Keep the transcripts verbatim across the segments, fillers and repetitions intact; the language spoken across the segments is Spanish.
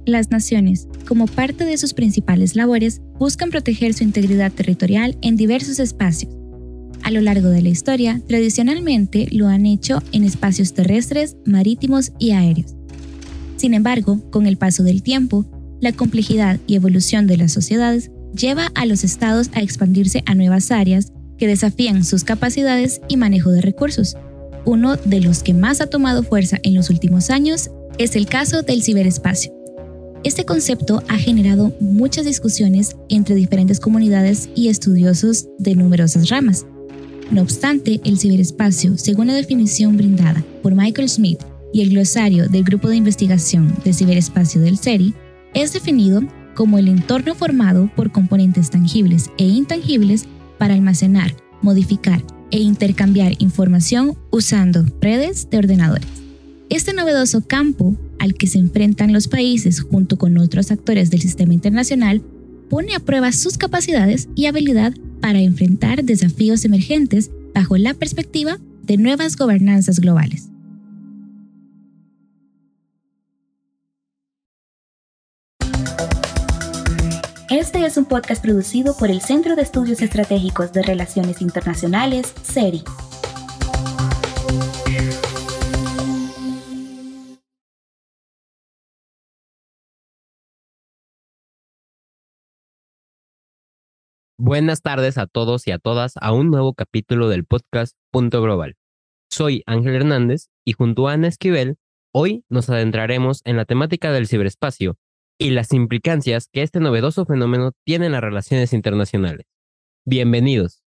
Las naciones, como parte de sus principales labores, buscan proteger su integridad territorial en diversos espacios. A lo largo de la historia, tradicionalmente lo han hecho en espacios terrestres, marítimos y aéreos. Sin embargo, con el paso del tiempo, la complejidad y evolución de las sociedades lleva a los estados a expandirse a nuevas áreas que desafían sus capacidades y manejo de recursos. Uno de los que más ha tomado fuerza en los últimos años es el caso del ciberespacio. Este concepto ha generado muchas discusiones entre diferentes comunidades y estudiosos de numerosas ramas. No obstante, el ciberespacio, según la definición brindada por Michael Smith y el glosario del Grupo de Investigación de Ciberespacio del CERI, es definido como el entorno formado por componentes tangibles e intangibles para almacenar, modificar e intercambiar información usando redes de ordenadores. Este novedoso campo al que se enfrentan los países junto con otros actores del sistema internacional pone a prueba sus capacidades y habilidad para enfrentar desafíos emergentes bajo la perspectiva de nuevas gobernanzas globales. Este es un podcast producido por el Centro de Estudios Estratégicos de Relaciones Internacionales, CERI. Buenas tardes a todos y a todas a un nuevo capítulo del podcast Punto Global. Soy Ángel Hernández y junto a Ana Esquivel, hoy nos adentraremos en la temática del ciberespacio y las implicancias que este novedoso fenómeno tiene en las relaciones internacionales. Bienvenidos.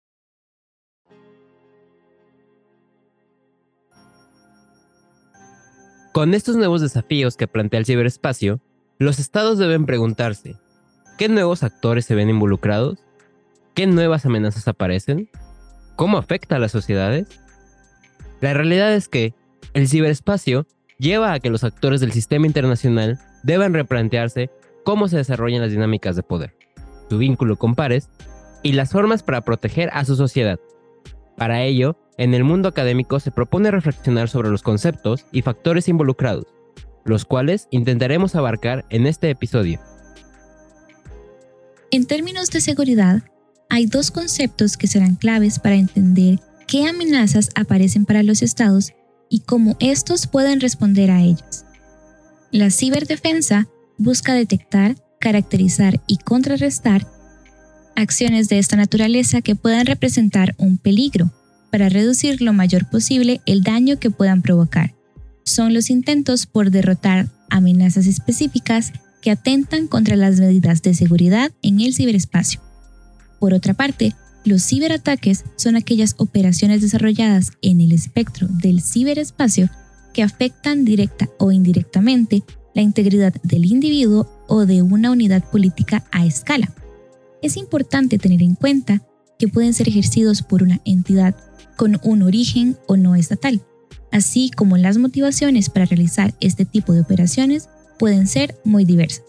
Con estos nuevos desafíos que plantea el ciberespacio, los estados deben preguntarse: ¿qué nuevos actores se ven involucrados? ¿Qué nuevas amenazas aparecen? ¿Cómo afecta a las sociedades? La realidad es que el ciberespacio lleva a que los actores del sistema internacional deban replantearse cómo se desarrollan las dinámicas de poder, su vínculo con pares y las formas para proteger a su sociedad. Para ello, en el mundo académico se propone reflexionar sobre los conceptos y factores involucrados, los cuales intentaremos abarcar en este episodio. En términos de seguridad, hay dos conceptos que serán claves para entender qué amenazas aparecen para los estados y cómo estos pueden responder a ellas. La ciberdefensa busca detectar, caracterizar y contrarrestar acciones de esta naturaleza que puedan representar un peligro para reducir lo mayor posible el daño que puedan provocar. Son los intentos por derrotar amenazas específicas que atentan contra las medidas de seguridad en el ciberespacio. Por otra parte, los ciberataques son aquellas operaciones desarrolladas en el espectro del ciberespacio que afectan directa o indirectamente la integridad del individuo o de una unidad política a escala. Es importante tener en cuenta que pueden ser ejercidos por una entidad con un origen o no estatal, así como las motivaciones para realizar este tipo de operaciones pueden ser muy diversas.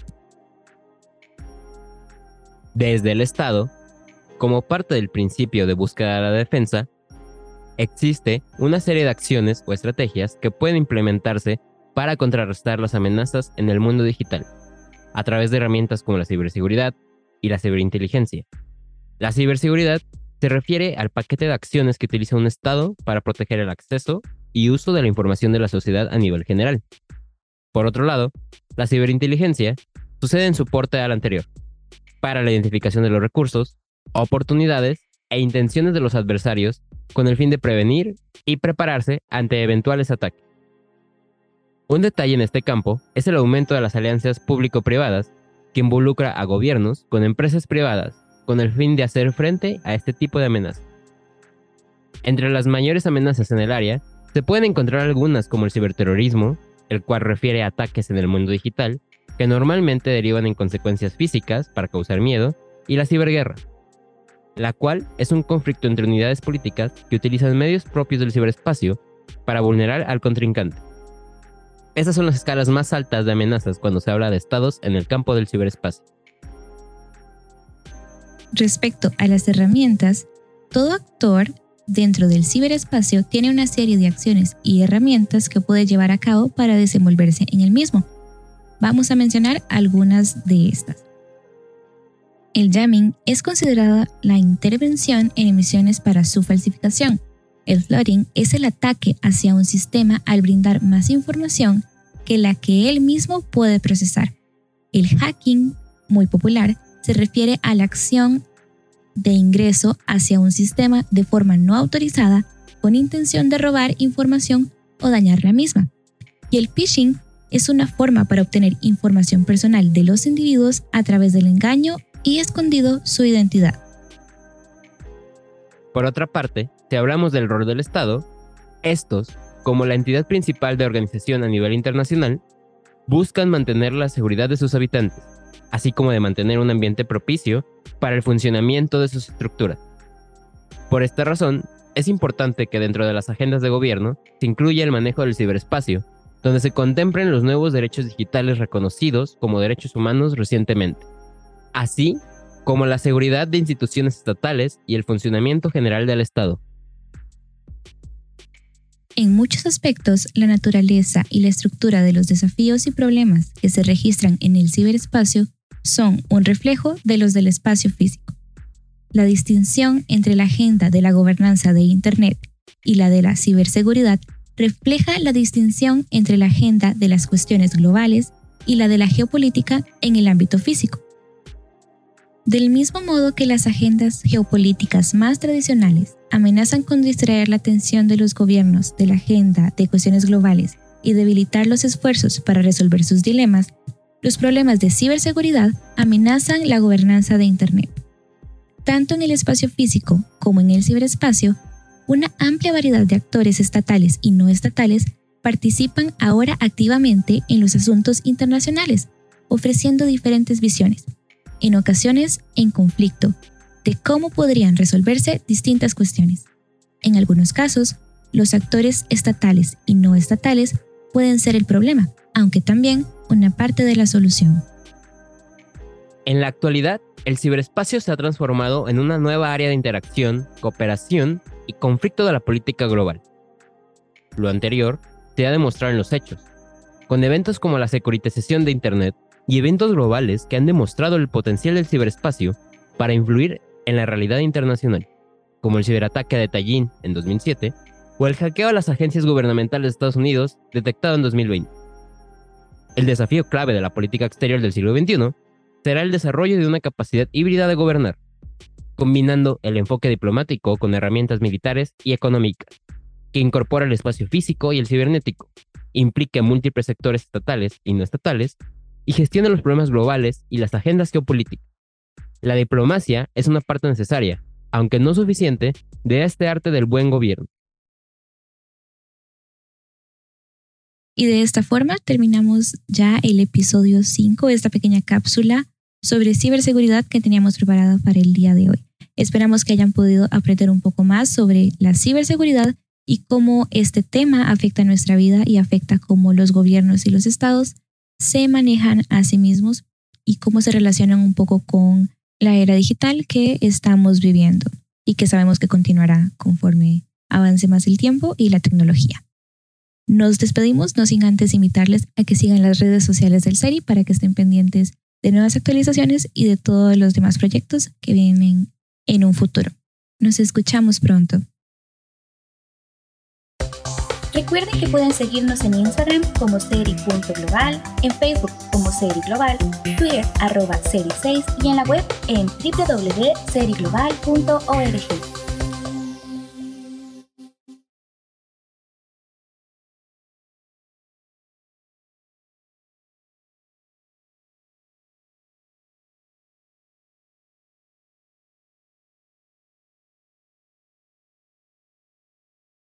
Desde el Estado, como parte del principio de búsqueda de la defensa, existe una serie de acciones o estrategias que pueden implementarse para contrarrestar las amenazas en el mundo digital, a través de herramientas como la ciberseguridad y la ciberinteligencia. La ciberseguridad se refiere al paquete de acciones que utiliza un Estado para proteger el acceso y uso de la información de la sociedad a nivel general. Por otro lado, la ciberinteligencia sucede en soporte al anterior, para la identificación de los recursos, oportunidades e intenciones de los adversarios con el fin de prevenir y prepararse ante eventuales ataques. Un detalle en este campo es el aumento de las alianzas público-privadas que involucra a gobiernos con empresas privadas con el fin de hacer frente a este tipo de amenazas. Entre las mayores amenazas en el área se pueden encontrar algunas como el ciberterrorismo, el cual refiere a ataques en el mundo digital que normalmente derivan en consecuencias físicas para causar miedo, y la ciberguerra, la cual es un conflicto entre unidades políticas que utilizan medios propios del ciberespacio para vulnerar al contrincante. Estas son las escalas más altas de amenazas cuando se habla de estados en el campo del ciberespacio. Respecto a las herramientas, todo actor dentro del ciberespacio tiene una serie de acciones y herramientas que puede llevar a cabo para desenvolverse en el mismo. Vamos a mencionar algunas de estas. El jamming es considerado la intervención en emisiones para su falsificación. El flooding es el ataque hacia un sistema al brindar más información que la que él mismo puede procesar. El hacking, muy popular, se refiere a la acción de ingreso hacia un sistema de forma no autorizada con intención de robar información o dañar la misma. Y el phishing es una forma para obtener información personal de los individuos a través del engaño y escondido su identidad. Por otra parte, si hablamos del rol del Estado, estos, como la entidad principal de organización a nivel internacional, buscan mantener la seguridad de sus habitantes, así como de mantener un ambiente propicio para el funcionamiento de sus estructuras. Por esta razón, es importante que dentro de las agendas de gobierno se incluya el manejo del ciberespacio, donde se contemplen los nuevos derechos digitales reconocidos como derechos humanos recientemente, así como la seguridad de instituciones estatales y el funcionamiento general del Estado. En muchos aspectos, la naturaleza y la estructura de los desafíos y problemas que se registran en el ciberespacio son un reflejo de los del espacio físico. La distinción entre la agenda de la gobernanza de Internet y la de la ciberseguridad refleja la distinción entre la agenda de las cuestiones globales y la de la geopolítica en el ámbito físico. Del mismo modo que las agendas geopolíticas más tradicionales amenazan con distraer la atención de los gobiernos de la agenda de cuestiones globales y debilitar los esfuerzos para resolver sus dilemas, los problemas de ciberseguridad amenazan la gobernanza de Internet. Tanto en el espacio físico como en el ciberespacio, una amplia variedad de actores estatales y no estatales participan ahora activamente en los asuntos internacionales, ofreciendo diferentes visiones, en ocasiones en conflicto, de cómo podrían resolverse distintas cuestiones. En algunos casos, los actores estatales y no estatales pueden ser el problema, aunque también una parte de la solución. En la actualidad, el ciberespacio se ha transformado en una nueva área de interacción, cooperación y conflicto de la política global. Lo anterior se ha demostrado en los hechos, con eventos como la securitización de Internet y eventos globales que han demostrado el potencial del ciberespacio para influir en la realidad internacional, como el ciberataque de Tallinn en dos mil siete o el hackeo a las agencias gubernamentales de Estados Unidos detectado en dos mil veinte. El desafío clave de la política exterior del siglo veintiuno será el desarrollo de una capacidad híbrida de gobernar, combinando el enfoque diplomático con herramientas militares y económicas, que incorpora el espacio físico y el cibernético, implique múltiples sectores estatales y no estatales, y gestiona los problemas globales y las agendas geopolíticas. La diplomacia es una parte necesaria, aunque no suficiente, de este arte del buen gobierno. Y de esta forma terminamos ya el episodio cinco de esta pequeña cápsula sobre ciberseguridad que teníamos preparada para el día de hoy. Esperamos que hayan podido aprender un poco más sobre la ciberseguridad y cómo este tema afecta nuestra vida y afecta cómo los gobiernos y los estados se manejan a sí mismos y cómo se relacionan un poco con la era digital que estamos viviendo y que sabemos que continuará conforme avance más el tiempo y la tecnología. Nos despedimos, no sin antes invitarles a que sigan las redes sociales del CERI para que estén pendientes de nuevas actualizaciones y de todos los demás proyectos que vienen en un futuro. Nos escuchamos pronto. Recuerden que pueden seguirnos en Instagram como ceri punto global, en Facebook como Ceri Global, Twitter arroba ceri seis y en la web en doble u doble u doble u punto ceri global punto org.